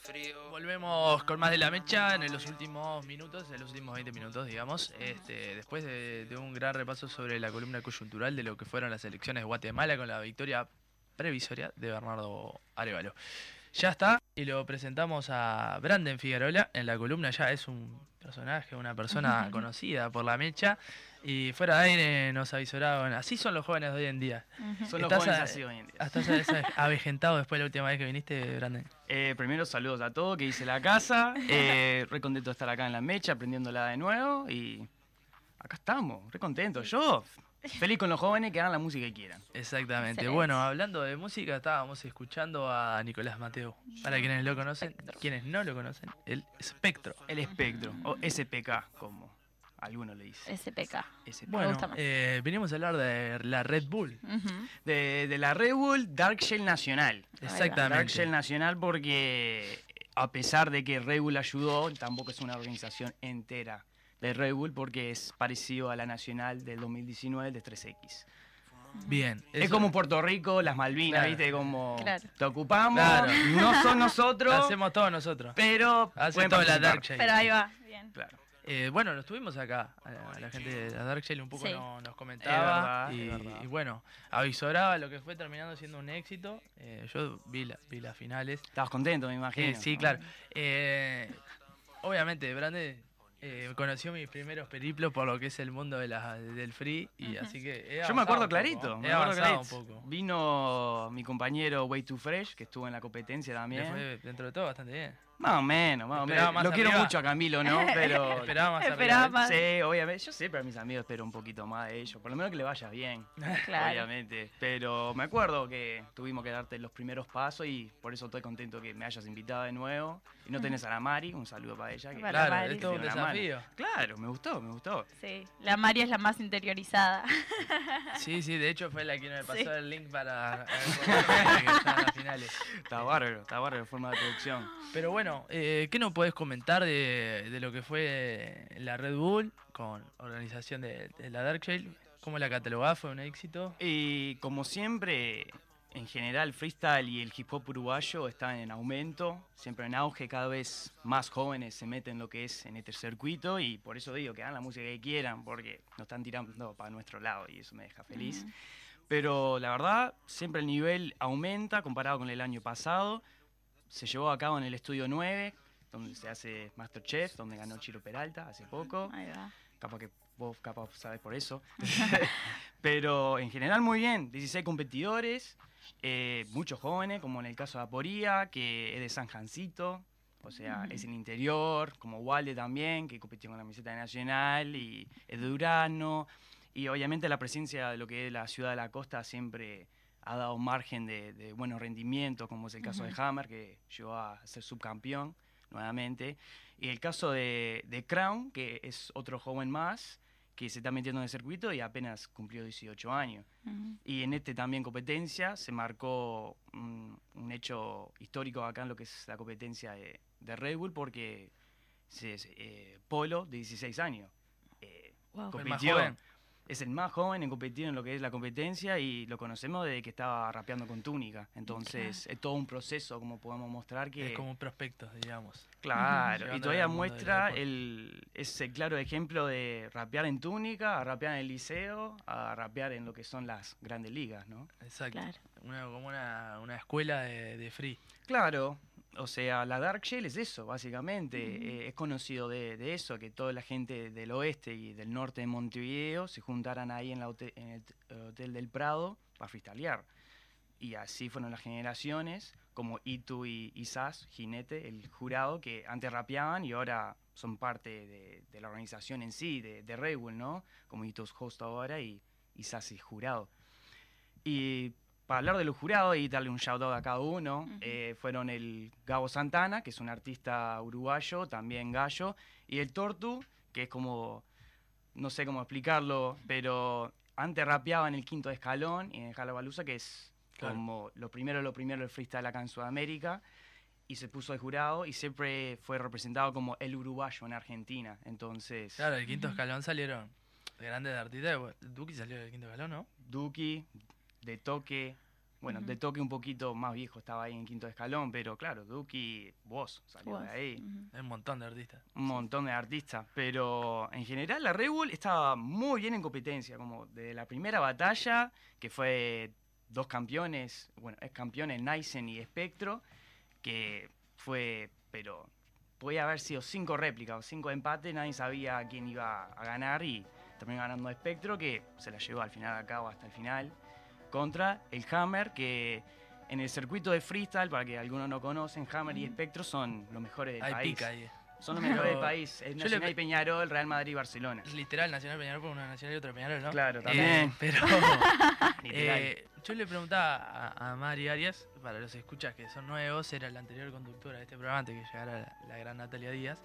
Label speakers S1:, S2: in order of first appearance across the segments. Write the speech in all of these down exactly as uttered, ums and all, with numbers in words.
S1: Volvemos con más de la mecha en los últimos minutos, en los últimos veinte minutos, digamos, este, después de, de un gran repaso sobre la columna coyuntural de lo que fueron las elecciones de Guatemala con la victoria previsoria de Bernardo Arévalo. Ya está, y lo presentamos a Branden Figueroa en la columna. Ya es un personaje, una persona conocida por la mecha, y fuera de aire nos avisoraban. Así son los jóvenes de hoy en día.
S2: Son los jóvenes así hoy en día.
S1: Estás avejentado después de la última vez que viniste, Branden.
S2: Eh, primero saludos a todos, que hice la casa, eh, re contento de estar acá en la mecha, aprendiéndola de nuevo, y acá estamos, re contento. Yo feliz con los jóvenes que hagan la música que quieran.
S1: Exactamente.
S3: Excelente.
S1: Bueno, hablando de música, estábamos escuchando a Nicolás Mateo. Para quienes lo conocen,
S3: Espectro.
S1: quienes no lo conocen, el Espectro.
S2: El espectro, o S P K, como algunos le dicen.
S3: S P K.
S2: S P K.
S1: Bueno,
S3: gusta más.
S1: eh, venimos a hablar de la Red Bull.
S3: Ujú.
S2: De, de la Red Bull Dark Shell Nacional. Dark
S1: Exactamente.
S2: Shell Nacional porque a pesar de que Red Bull ayudó, tampoco es una organización entera de Red Bull porque es parecido a la Nacional del dos mil diecinueve de tres X.
S1: Bien.
S2: Es
S1: eso-
S2: como Puerto Rico, las Malvinas,
S1: Claro.
S2: ¿viste? Como
S3: Claro.
S2: te ocupamos,
S1: Claro.
S2: no son nosotros,
S1: Hacemos todos nosotros.
S2: pero
S1: Hace
S2: pueden
S1: toda la
S2: participar.
S1: Dark Shell.
S3: Pero ahí va, bien.
S2: Claro.
S1: Eh, bueno, nos tuvimos acá, a la, a la gente de la Dark Shell un poco
S3: Sí.
S1: no- nos comentaba.
S2: Es verdad,
S1: y,
S2: es verdad.
S1: y bueno, avisoraba lo que fue terminando siendo un éxito. Eh, yo vi, la- vi las finales.
S2: Estabas contento, me imagino.
S1: Eh, sí,
S2: ¿no?
S1: claro. Eh, obviamente, Brande eh, conoció mis primeros periplos por lo que es el mundo de la, del free, y
S3: Ujú.
S1: así que he
S2: Yo me
S1: avanzado
S2: acuerdo
S1: un poco,
S2: clarito,
S1: ¿eh?
S2: me
S1: He
S2: acuerdo
S1: avanzado
S2: clarito.
S1: un poco.
S2: Vino mi compañero Way Too Fresh, que estuvo en la competencia
S1: Me
S2: también.
S1: fue dentro de todo bastante bien.
S2: Más o menos, más o
S1: Esperaba
S2: menos.
S1: más
S2: Lo quiero
S1: arriba.
S2: mucho a Camilo, ¿no? Pero
S1: Esperaba más
S3: Esperaba
S1: arriba.
S3: más.
S2: sí, obviamente. Yo sé, pero a mis amigos espero un poquito más de ellos. Por lo menos que le vaya bien.
S3: Claro.
S2: Obviamente. Pero me acuerdo que tuvimos que darte los primeros pasos y por eso estoy contento que me hayas invitado de nuevo. Y no tenés a la Mari, un saludo para ella. Que
S3: Para
S1: Claro,
S3: Mari.
S1: es todo un
S2: tiene una mano.
S1: desafío.
S2: Claro, me gustó, me gustó.
S3: Sí, la Mari es la más interiorizada.
S1: Sí, sí, de hecho fue la que me pasó
S3: Sí.
S1: el link para eh, que están las finales.
S2: Está bárbaro, está bárbaro de forma de producción.
S1: Pero bueno, eh, ¿qué nos podés comentar de, de lo que fue la Red Bull con organización de, de la Dark Shell? ¿Cómo la catalogás? ¿Fue un éxito?
S2: Y como siempre, en general, freestyle y el hip hop uruguayo están en aumento, siempre en auge, cada vez más jóvenes se meten en lo que es en este circuito y por eso digo que hagan la música que quieran, porque nos están tirando para nuestro lado y eso me deja feliz.
S3: Ujú.
S2: Pero la verdad, siempre el nivel aumenta comparado con el año pasado. Se llevó a cabo en el Estudio nueve, donde se hace Masterchef, donde ganó Chiro Peralta hace poco.
S3: Ahí va.
S2: Capaz que vos capaz sabés por eso. Pero en general muy bien, dieciséis competidores, eh, muchos jóvenes, como en el caso de Aporía, que es de San Jancito, o sea,
S3: Ujú.
S2: es el interior, como Walde también, que compitió con la camiseta nacional, y es de Durano, y obviamente la presencia de lo que es la ciudad de la costa siempre ha dado margen de, de buenos rendimientos, como es el caso
S3: Ujú.
S2: de Hammer, que llegó a ser subcampeón nuevamente. Y el caso de, de Crown, que es otro joven más, que se está metiendo en el circuito y apenas cumplió dieciocho años.
S3: Ujú.
S2: Y en este también competencia se marcó un, un hecho histórico acá en lo que es la competencia de, de Red Bull, porque se, se- eh, Polo, de dieciséis años, eh,
S3: Wow.
S1: Fue el más
S2: compitió.
S1: joven.
S2: Es el más joven en competir en lo que es la competencia y lo conocemos desde que estaba rapeando con Túnica. Entonces es todo un proceso, como podemos mostrar, que...
S1: Es como un prospecto, digamos.
S2: Claro, y
S1: Llevándolo
S2: todavía
S1: al mundo del
S2: muestra
S1: deporte.
S2: el, ese claro ejemplo de rapear en Túnica, a rapear en el liceo, a rapear en lo que son las grandes ligas, ¿no?
S1: Exacto.
S3: Claro.
S1: Una, como una, una escuela de, de free.
S2: Claro, o sea, la Dark Shell es eso, básicamente.
S3: Ujú.
S2: Eh, es conocido de, de eso, que toda la gente del oeste y del norte de Montevideo se juntaran ahí en, la hote- en el t- Hotel del Prado para freestylear. Y así fueron las generaciones, como Itu y, y Sas, Jinete, el jurado, que antes rapeaban y ahora son parte de, de la organización en sí, de, de Red Bull, ¿no? Como Itu es host ahora y, y Sas es jurado. Y para hablar de los jurados y darle un shout out a cada uno,
S3: Ujú.
S2: eh, fueron el Gabo Santana, que es un artista uruguayo, también gallo, y el Tortu, que es como, no sé cómo explicarlo, pero antes rapeaba en el quinto escalón y en Jalabaluza, que es
S1: Claro.
S2: como lo primero, lo primero del freestyle acá en Sudamérica, y se puso de jurado y siempre fue representado como el uruguayo en Argentina. Entonces,
S1: Claro, el quinto
S3: Ujú.
S1: escalón salieron de grandes artistas. Duki salió del quinto escalón, ¿no?
S2: Duki, De Toque, Bueno,
S3: Ujú.
S2: de toque un poquito más viejo estaba ahí en quinto escalón, pero claro, Duki, vos salió
S3: Vos.
S2: de ahí.
S3: Ujú.
S1: Hay un montón de artistas.
S2: Un montón de artistas, pero en general la Red Bull estaba muy bien en competencia, como de la primera batalla, que fue dos campeones, bueno, es campeones Nysen y Spectro, que fue, pero podía haber sido cinco réplicas o cinco empates, nadie sabía quién iba a ganar y terminó ganando Spectro, que se la llevó al final a cabo hasta el final, contra el Hammer, que en el circuito de freestyle, para que algunos no conocen, Hammer y
S3: Ujú.
S2: Spectro son los mejores del
S1: Hay
S2: país.
S1: pica ahí.
S2: Son los mejores del
S1: Pero
S2: país. Es
S1: yo
S2: Nacional
S1: le-
S2: y Peñarol, Real Madrid y Barcelona.
S1: Literal, Nacional Peñarol por una Nacional y otra Peñarol, ¿no?
S2: Claro,
S1: Eh,
S2: también.
S1: pero
S2: Literal.
S1: eh, yo le preguntaba a, a Mari Arias, para los escuchas que son nuevos, era la anterior conductora de este programa antes que llegara la, la gran Natalia Díaz.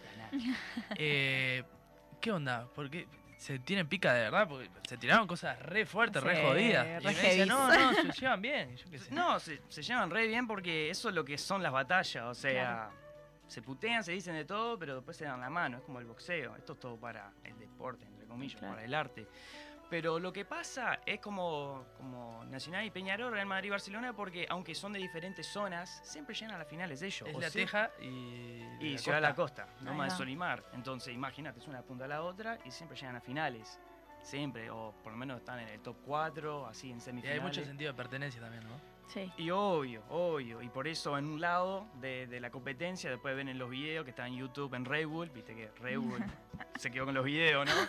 S1: Eh, ¿Qué onda? Porque se tienen pica de verdad, porque se tiraron cosas re fuertes, re
S3: Sí,
S1: jodidas. Y
S3: re
S1: me decía,
S3: heavies.
S1: no, no, se llevan bien. Y yo qué sé.
S2: No, se, se llevan re bien porque eso es lo que son las batallas. O sea, se putean, se dicen de todo, pero después se dan la mano. Es como el boxeo. Esto es todo para el deporte, entre comillas,
S3: Claro.
S2: para el arte. Pero lo que pasa es como, como Nacional y Peñarol, Real Madrid y Barcelona, porque aunque son de diferentes zonas, siempre llegan a las finales de ellos.
S1: Es
S2: O
S1: La
S2: sea,
S1: Teja y.
S2: y
S1: la
S2: Ciudad de la
S1: Costa.
S2: Costa,
S3: Ahí
S2: Loma de
S3: va.
S2: Solimar. Entonces, imagínate, es una punta a la otra y siempre llegan a finales. Siempre, o por lo menos están en el top cuatro, así en
S1: Y
S2: semifinales.
S1: hay mucho sentido de pertenencia también, ¿no?
S3: Sí.
S2: Y obvio, obvio. Y por eso en un lado de, de la competencia, después ven en los videos que están en YouTube en Red Bull, viste que Red Bull se quedó con los videos, ¿no?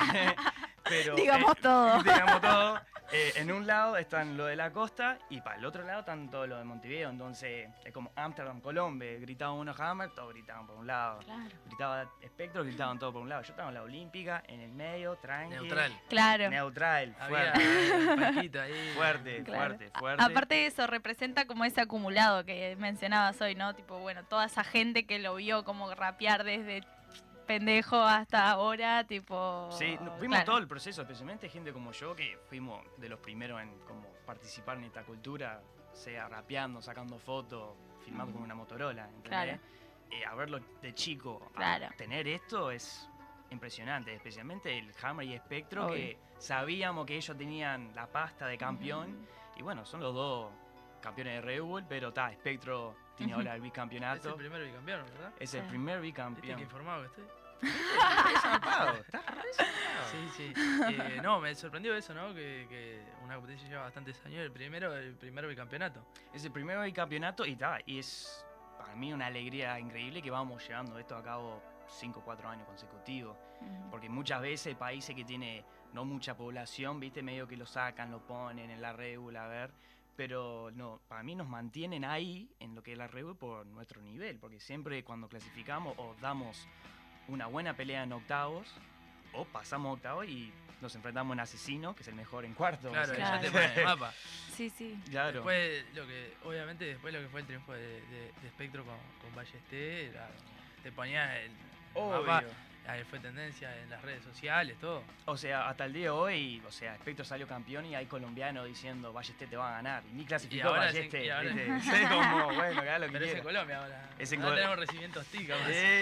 S2: Pero,
S3: Digamos
S2: eh,
S3: todo.
S2: Digamos todo. Eh, en un lado están lo de la costa y para el otro lado están todo lo de Montevideo. Entonces es como Amsterdam, Colombia. Gritaban unos Hammer, todos gritaban por un lado.
S3: Claro.
S2: Gritaba Espectro, gritaban todos por un lado. Yo estaba en la Olímpica, en el medio, tranqui.
S1: Neutral.
S3: Claro.
S2: Neutral,
S1: Había
S2: fuerte.
S1: un Paquito ahí.
S2: Fuerte,
S3: Claro.
S2: fuerte, fuerte.
S3: Aparte de eso, representa como ese acumulado que mencionabas hoy, ¿no? Tipo, bueno, toda esa gente que lo vio como rapear desde pendejo hasta ahora, tipo...
S2: Sí, no- vimos
S3: claro.
S2: todo el proceso, especialmente gente como yo, que fuimos de los primeros en como participar en esta cultura, sea rapeando, sacando fotos, filmando
S3: Ujú.
S2: con una Motorola, ¿entendés?
S3: Claro.
S2: Eh, a verlo de chico, a
S3: Claro.
S2: tener esto es impresionante, especialmente el Hammer y Spectro,
S3: Obvio.
S2: que sabíamos que ellos tenían la pasta de campeón, y bueno, son los dos campeones de Red Bull, pero está, Spectro tiene
S3: Ujú.
S2: ahora el
S1: Es el
S2: bicampeonato,
S1: primer bicampeón, ¿verdad?
S2: es el
S3: Sí.
S2: primer
S1: ¿Viste que
S2: bicampeón.
S1: informado que estoy?
S2: Está zarpado, está re zarpado.
S1: Sí, sí. Eh, no, me sorprendió eso, ¿no? Que, que una competencia lleva bastantes años. El primero, el primer bicampeonato.
S2: Es el primer bicampeonato y ta, y es para mí una alegría increíble que vamos llevando esto a cabo cinco o cuatro años consecutivos.
S3: Ujú.
S2: Porque muchas veces países que tiene no mucha población, viste, medio que lo sacan, lo ponen en la Red Bull, a ver. Pero no, para mí nos mantienen ahí en lo que es la Red Bull por nuestro nivel. Porque siempre cuando clasificamos o damos una buena pelea en octavos, o pasamos octavos y nos enfrentamos a un asesino, que es el mejor en cuarto.
S1: Claro,
S2: o
S1: que
S2: sea,
S1: ya te ponen el mapa.
S3: Sí, sí.
S2: Claro.
S1: Después, lo que, obviamente, después lo que fue el triunfo de, de, de Spectro con, con Ballesté, era- te ponía el
S2: Obvio.
S1: mapa. Ahí fue tendencia en las redes sociales, todo.
S2: O sea, hasta el día de hoy, o sea, Spectro salió campeón y hay colombianos diciendo Ballesté te va a ganar. Y ni clasificó
S1: ahora es en-
S2: Ballesté.
S1: y ahora-
S2: ¿viste? Es como, bueno, que haga lo que
S1: Pero es en
S2: quiera.
S1: Colombia ahora.
S2: Es en
S1: ahora
S2: Col-
S1: tenemos recibimientos ticas.
S2: Eh,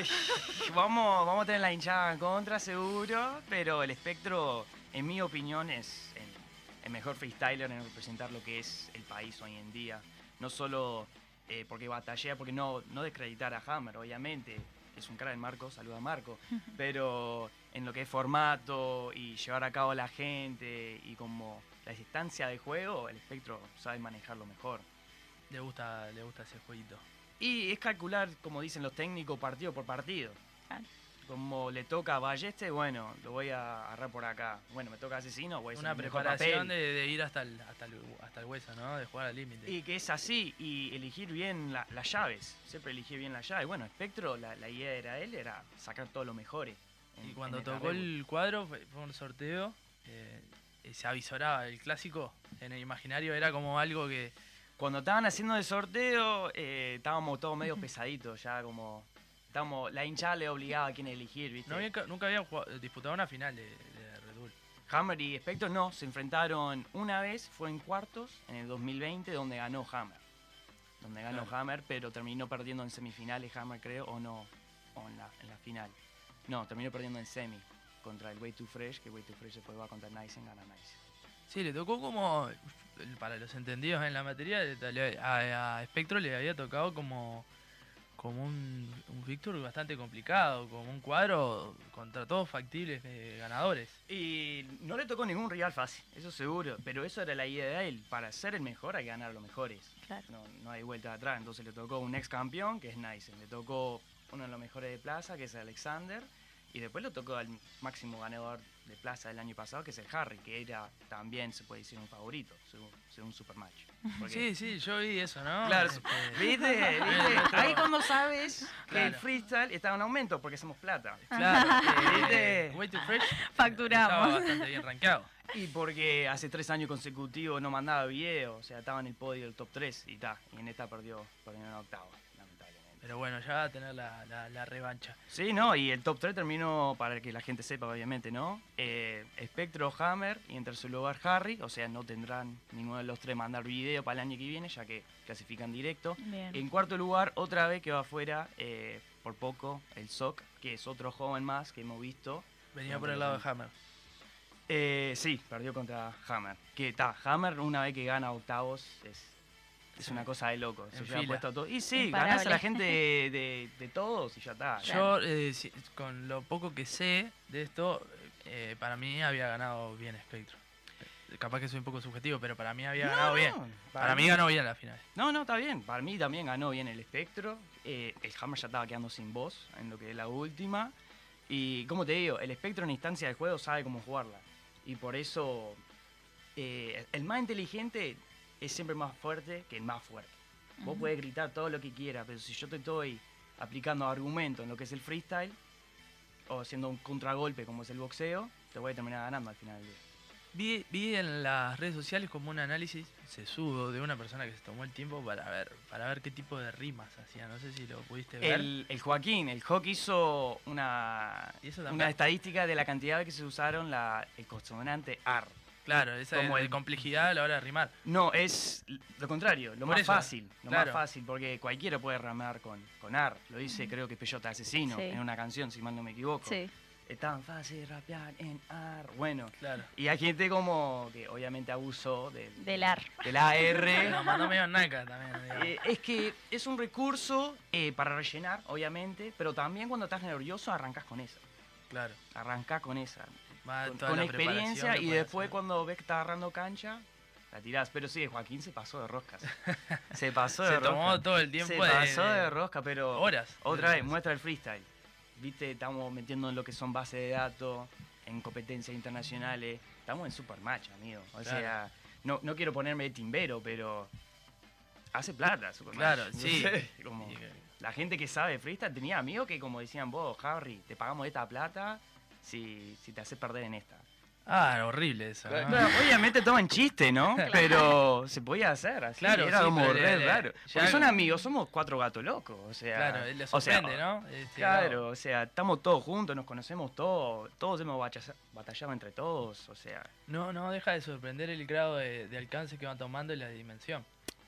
S2: vamos, vamos a tener la hinchada en contra, seguro. Pero el Spectro, en mi opinión, es el, el mejor freestyler en representar lo que es el país hoy en día. No solo eh, porque batallea, porque no, no descreditar a Hammer, obviamente. Es un cara de Marco, saluda a Marco. Pero en lo que es formato y llevar a cabo a la gente y como la distancia de juego, el Spectro sabe manejarlo mejor.
S1: Le gusta, le gusta ese jueguito.
S2: Y es calcular, como dicen los técnicos, partido por partido.
S3: Claro.
S2: Como le toca a Balleste, bueno, lo voy a agarrar por acá. Bueno, me toca a Asesino, voy a hacer
S1: Una
S2: mi mejor
S1: preparación
S2: papel.
S1: de, de ir hasta el, hasta, el, hasta el hueso, ¿no? De jugar al límite.
S2: Y que es así, y elegir bien la- las llaves. Siempre elegir bien las llaves. Bueno, Spectro, la, la idea era él, era sacar todo lo mejores. en-
S1: Y cuando
S2: en esta
S1: tocó
S2: Red Bull.
S1: el cuadro, fue, fue un sorteo, eh, y se avisoraba el clásico. En el imaginario era como algo que...
S2: Cuando estaban haciendo el sorteo, eh, estábamos todos medio pesaditos, ya como... Estábamos, la hinchada le obligaba a quién elegir, ¿viste?
S1: No había- nunca habían jugado- disputado una final de, de Red Bull.
S2: Hammer y Spectro no, se enfrentaron una vez, fue en cuartos, en el dos mil veinte, donde ganó Hammer. Donde ganó
S1: Claro.
S2: Hammer, pero terminó perdiendo en semifinales Hammer, creo, o no, o en la, en la final. No, terminó perdiendo en semi contra el Way Too Fresh, que Way Too Fresh después va contra Nysen, gana Nysen.
S1: Sí, le tocó como, para los entendidos en la materia, le- a, a Espectro le había tocado como, como un, un fixture bastante complicado, como un cuadro contra todos factibles de ganadores.
S2: Y no le tocó ningún rival fácil, eso seguro, pero eso era la idea de él. Para ser el mejor hay que ganar a los mejores.
S3: Claro.
S2: No, no hay vuelta atrás. Entonces le tocó un ex campeón, que es Nysen. Le tocó uno de los mejores de plaza, que es Alexander. Y después le tocó al máximo ganador de plaza del año pasado, que es el Harry, que era también, se puede decir, un favorito, según, según Supermatch. Porque-
S1: Sí, sí, yo vi eso, ¿no?
S2: Claro,
S1: Este,
S2: ¿viste? ¿Viste?
S1: nuestro-
S2: Ahí cuando sabes que el
S1: Claro.
S2: freestyle está en aumento porque hacemos plata.
S1: Claro, eh,
S2: ¿Viste?
S1: Way Too Fresh
S3: Facturamos.
S1: estaba bastante bien rankeado.
S2: Y porque hace tres años consecutivos no mandaba video, o sea, estaba en el podio del top tres y ta, y en esta perdió, perdió en octavo, lamentablemente.
S1: Pero bueno, ya va a tener la, la, la revancha.
S2: Sí, no, y el top tres terminó, para que la gente sepa, obviamente, ¿no? Eh, Spectro, Hammer y en tercer lugar Harry, o sea, no tendrán ninguno de los tres mandar video para el año que viene, ya que clasifican directo.
S3: Bien.
S2: En cuarto lugar, otra vez que va afuera, eh, por poco, el S O C, que es otro joven más que hemos visto.
S1: Venía por el lado de Hammer.
S2: Eh, sí, perdió contra Hammer. Que está, Hammer una vez que gana octavos es, es
S1: Sí.
S2: una cosa de loco. Se
S1: En
S2: lleva
S1: fila.
S2: puesto a todo. Y sí,
S3: Imparable.
S2: ganás a la gente de, de- de todos y ya está.
S1: Yo, eh, si- con lo poco que sé de esto, eh, para mí había ganado bien Spectro. Eh, Capaz que soy un poco subjetivo, pero para mí había ganado bien. Para mí ganó bien la final.
S2: No, no, está bien. Para mí también ganó bien el Espectro. Eh, el Hammer ya estaba quedando sin voz en lo que es la última. Y como te digo, el Espectro en instancia de juego sabe cómo jugarla. Y por eso eh, el más inteligente es siempre más fuerte que el más fuerte. Vos
S3: Ujú.
S2: podés gritar todo lo que quieras, pero si yo te estoy aplicando argumentos en lo que es el freestyle, o haciendo un contragolpe como es el boxeo, te voy a terminar ganando al final del día.
S1: Vi, vi en las redes sociales como un análisis sesudo de una persona que se tomó el tiempo para ver para ver qué tipo de rimas hacía. No sé si lo pudiste ver.
S2: El, el Joaquín, el Hawk hizo una,
S1: ¿Y eso también?
S2: una estadística de la cantidad de que se usaron la, el consonante ar.
S1: Claro, esa
S2: como
S1: de,
S2: el-
S1: complejidad a la hora de rimar.
S2: No, es lo contrario, lo
S1: Por
S2: más
S1: eso,
S2: fácil, lo
S1: claro.
S2: más fácil, porque cualquiera puede ramar con, con ar. Lo dice, creo que Peyota Asesino,
S3: Sí.
S2: en una canción, si mal no me equivoco.
S3: Sí.
S2: Es tan fácil rapear en ar. Bueno,
S1: Claro.
S2: y hay gente como que obviamente abusó del,
S3: Del ar.
S2: del A R.
S1: Lo mandó medio naca también. digamos.
S2: Eh, es que es un recurso eh, para rellenar, obviamente, pero también cuando estás nervioso arrancás con esa.
S1: Claro.
S2: Arrancás con esa.
S1: Más
S2: Con,
S1: toda
S2: con
S1: la
S2: experiencia
S1: preparación que
S2: y
S1: puede
S2: después
S1: hacer.
S2: cuando ves que está agarrando cancha, la tirás. Pero sí, Joaquín se pasó de roscas. Se pasó de
S1: Se
S2: rosca.
S1: tomó todo el tiempo
S2: Se
S1: de-
S2: pasó de,
S1: de
S2: rosca, pero
S1: horas.
S2: otra vez,
S1: Horas.
S2: muestra el freestyle. Viste, estamos metiendo en lo que son bases de datos, en competencias internacionales. Estamos en Supermatch, amigo. O
S1: Claro.
S2: sea, no, no quiero ponerme de timbero, pero hace plata Supermatch.
S1: Claro,
S2: No
S1: sí.
S2: sé, como-
S1: Y que-
S2: la gente que sabe freestyle tenía amigos que, como decían vos, Harry, te pagamos esta plata si, si te haces perder en esta.
S1: Ah, horrible eso. ¿no?
S2: Claro, obviamente toman chiste, ¿no? Pero se podía hacer así.
S1: Claro,
S2: era
S1: sí,
S2: como
S1: pero
S2: re
S1: le- le-
S2: raro.
S1: ya-
S2: Porque son amigos, somos cuatro gatos locos. O sea,
S1: Claro, le
S2: o sea,
S1: sorprende, ¿no? Este,
S2: Claro, o sea, estamos todos juntos, nos conocemos todos, todos hemos bacha- batallado entre todos, o sea,
S1: No, no deja de sorprender el grado de, de alcance que van tomando y la dimensión.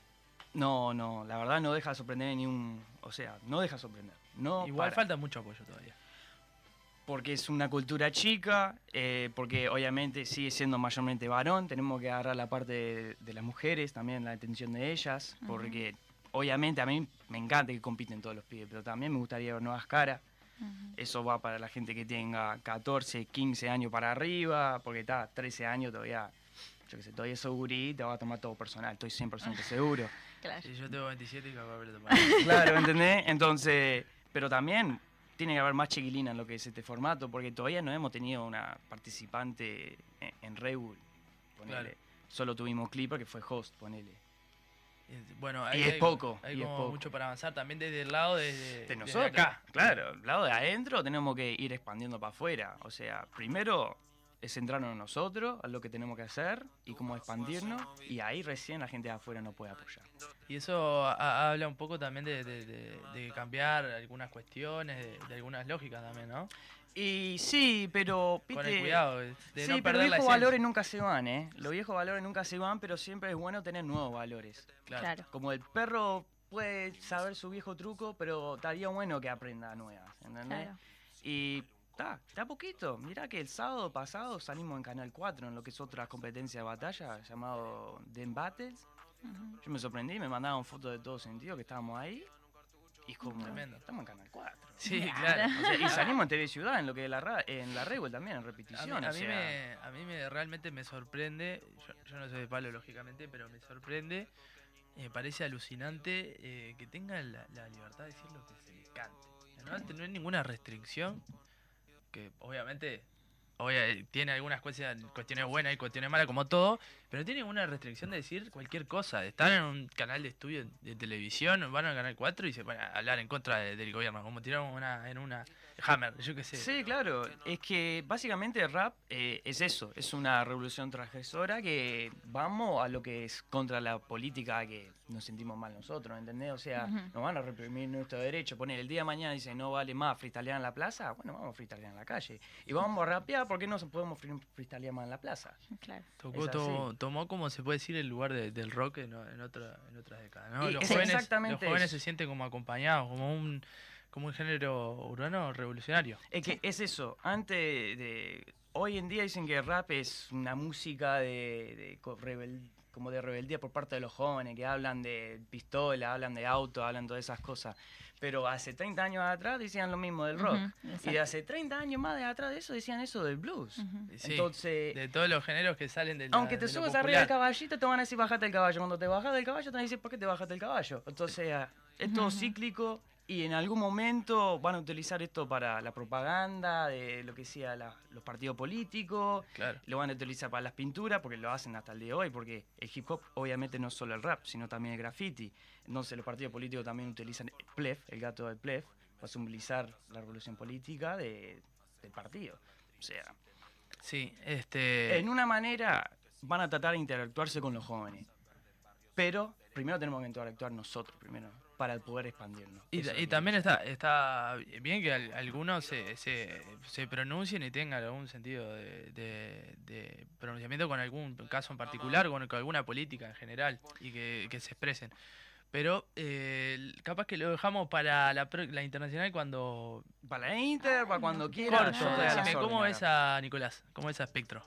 S2: no, no, la verdad no deja de sorprender ni un, o sea, no deja de sorprender. No
S1: Igual
S2: para.
S1: falta mucho apoyo todavía.
S2: Porque es una cultura chica, eh, porque obviamente sigue siendo mayormente varón, tenemos que agarrar la parte de, de las mujeres, también la atención de ellas,
S3: Ujú.
S2: porque obviamente a mí me encanta que compiten todos los pibes, pero también me gustaría ver nuevas caras.
S3: Ujú.
S2: Eso va para la gente que tenga catorce, quince años para arriba, porque está trece años todavía, yo qué sé, todavía sos gurí, te va a tomar todo personal, estoy cien por ciento seguro.
S3: Claro.
S1: Si yo tengo veintisiete y capaz de tomar.
S2: Claro, ¿entendés? Entonces, pero también tiene que haber más chiquilina en lo que es este formato, porque todavía no hemos tenido una participante en, en Red Bull, ponele.
S1: Claro.
S2: Solo tuvimos Clipper, que fue host, ponele.
S1: Eh, Bueno,
S2: Y
S1: hay,
S2: es
S1: hay-
S2: poco,
S1: hay
S2: y es
S1: como
S2: poco.
S1: mucho para avanzar también desde el lado de,
S2: De
S1: desde
S2: nosotros,
S1: acá.
S2: claro, del lado de adentro tenemos que ir expandiendo para afuera. O sea, primero es centrarnos en nosotros, a lo que tenemos que hacer y cómo expandirnos, y ahí recién la gente de afuera nos puede apoyar.
S1: Y eso ha- habla un poco también de, de- de- de cambiar algunas cuestiones, de, de algunas lógicas también, ¿no?
S2: Y sí, pero
S1: Con
S2: viste,
S1: el cuidado de, de
S2: sí,
S1: no
S2: pero
S1: perder
S2: los
S1: la
S2: viejos
S1: esencia.
S2: valores nunca se van, ¿eh? Los viejos valores nunca se van, pero siempre es bueno tener nuevos valores.
S1: Claro.
S3: Claro.
S2: Como el perro puede saber su viejo truco, pero estaría bueno que aprenda nuevas, ¿entendés?
S3: Claro.
S2: Y está, está poquito. Mirá que el sábado pasado salimos en Canal cuatro en lo que es otra competencia de batalla llamado Den Battles.
S3: Ujú.
S2: Yo me sorprendí, me mandaban fotos de todo sentido que estábamos ahí. Y es como,
S1: Tremendo.
S2: estamos en Canal cuatro.
S1: Sí,
S3: Claro.
S1: claro.
S2: O sea, y salimos en T V Ciudad, en lo que es la ra- en la Rebel también, en
S1: A mí,
S2: repetición.
S1: a
S2: o
S1: mí
S2: sea,
S1: me, a mí me realmente me sorprende, yo, yo no soy de palo lógicamente, pero me sorprende, me parece alucinante eh, que tengan la, la libertad de decir lo que se le cante. No, no hay ninguna restricción, que obviamente obvia- tiene algunas cosas, cuestiones buenas y cuestiones malas como todo, pero no tiene ninguna restricción de decir cualquier cosa, de estar en un canal de estudio de televisión, van al canal cuatro y se van a hablar en contra de- del gobierno, como tiraron una, en una Hammer, yo qué sé.
S2: Sí, claro. Es que básicamente el rap eh, es eso, es una revolución transgresora que vamos a lo que es contra la política que nos sentimos mal nosotros, ¿entendés? O sea,
S3: Ujú.
S2: nos van a reprimir nuestro derecho. Poner el día de mañana dice no vale más freestylear en la plaza, bueno, vamos a freestylear en la calle. Y vamos a rapear, ¿por qué no podemos free- freestylear más en la plaza?
S3: Claro.
S1: Tocó,
S2: Es así.
S1: tomó, tomó, como se puede decir, el lugar de- del rock en, en, otra, en otras décadas. ¿no?
S2: Y
S1: Los,
S2: es
S1: jóvenes,
S2: exactamente
S1: los jóvenes
S2: eso.
S1: se sienten como acompañados, como un, como un género urbano revolucionario.
S2: Es que es eso, antes de... Hoy en día dicen que el rap es una música de, de co- rebel- como de rebeldía por parte de los jóvenes, que hablan de pistola, hablan de auto, hablan de todas esas cosas. Pero hace treinta años atrás decían lo mismo del rock.
S3: Ujú,
S2: Y de
S3: exacto.
S2: hace treinta años más de atrás de eso decían eso del blues.
S3: Ujú.
S1: Sí,
S2: Entonces,
S1: de todos los géneros que salen de la-
S2: aunque te
S1: de lo
S2: subes arriba del
S1: popular.
S2: caballito, te van a decir bajate del caballo. Cuando te bajas del caballo, te van a decir ¿por qué te bajaste del caballo? Entonces, ah, es todo
S3: Ujú.
S2: cíclico y en algún momento van a utilizar esto para la propaganda de lo que sea la- los partidos políticos.
S1: Claro.
S2: Lo van a utilizar para las pinturas, porque lo hacen hasta el día de hoy, porque el hip hop obviamente no es solo el rap, sino también el graffiti. Entonces los partidos políticos también utilizan el plef, el gato del plef, para simbolizar la revolución política de- del partido. O sea,
S1: Sí, este.
S2: en una manera van a tratar de interactuarse con los jóvenes, pero primero tenemos que interactuar nosotros, primero, para poder expandirnos.
S1: Y,
S2: Eso
S1: ta-
S2: es
S1: y
S2: lo que
S1: también está, está bien que al- algunos se, se, se pronuncien y tengan algún sentido de, de- de pronunciamiento con algún caso en particular, con, con alguna política en general, y que, que se expresen. Pero eh, capaz que lo dejamos para la, pro- la internacional cuando...
S2: Para la Inter, para
S3: Ay,
S2: cuando
S3: no,
S2: quieran.
S1: Corto,
S2: yo estoy a las
S1: decime, ¿cómo
S2: órdenes
S1: ves
S2: acá.
S1: a Nicolás? ¿Cómo ves a Espectro?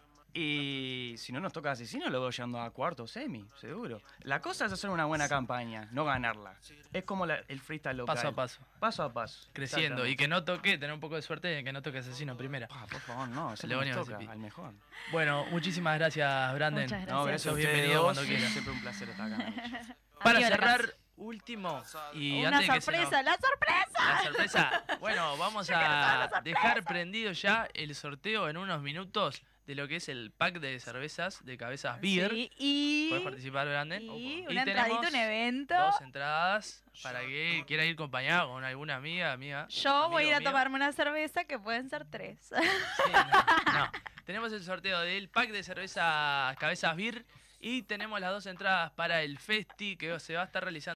S2: Y si no nos toca asesino, lo veo llegando a cuarto semi, seguro. La cosa es hacer una buena campaña, no ganarla. Es como la- el freestyle local.
S1: Paso a paso,
S2: Paso a paso.
S1: creciendo. Y
S2: Exactamente.
S1: que no toque, tener un poco de suerte de que no toque asesino en primera.
S2: Pa, por favor, no, eso
S1: Le
S2: no
S1: venía
S2: nos
S1: a
S2: toca,
S1: decir.
S2: al mejor.
S1: Bueno, muchísimas gracias, Branden.
S3: Muchas
S2: No, gracias
S3: Gracias.
S2: a
S1: Sos
S2: ustedes
S1: bienvenido
S2: dos,
S1: cuando
S2: y
S1: quieras.
S2: siempre un placer estar acá. Nacho.
S1: Para
S3: Aquí,
S1: cerrar,
S3: Bracas.
S1: último, y
S3: Una
S1: antes de que se nos-
S3: sorpresa, la sorpresa.
S1: La sorpresa. Bueno, vamos
S3: Yo quiero saber la
S1: a
S3: sorpresa.
S1: dejar prendido ya el sorteo en unos minutos de lo que es el pack de cervezas de Cabezas Beer.
S3: Sí, y,
S1: Puedes participar, Branden.
S3: y
S1: Y
S3: una entradita,
S1: tenemos
S3: un evento.
S1: dos entradas para que quiera ir acompañado con alguna amiga, amiga.
S3: Yo voy a ir a
S1: amigo mío.
S3: tomarme una cerveza que pueden ser tres.
S1: Sí, no, no. Tenemos el sorteo del pack de cerveza Cabezas Beer y tenemos las dos entradas para el festi que se va a estar realizando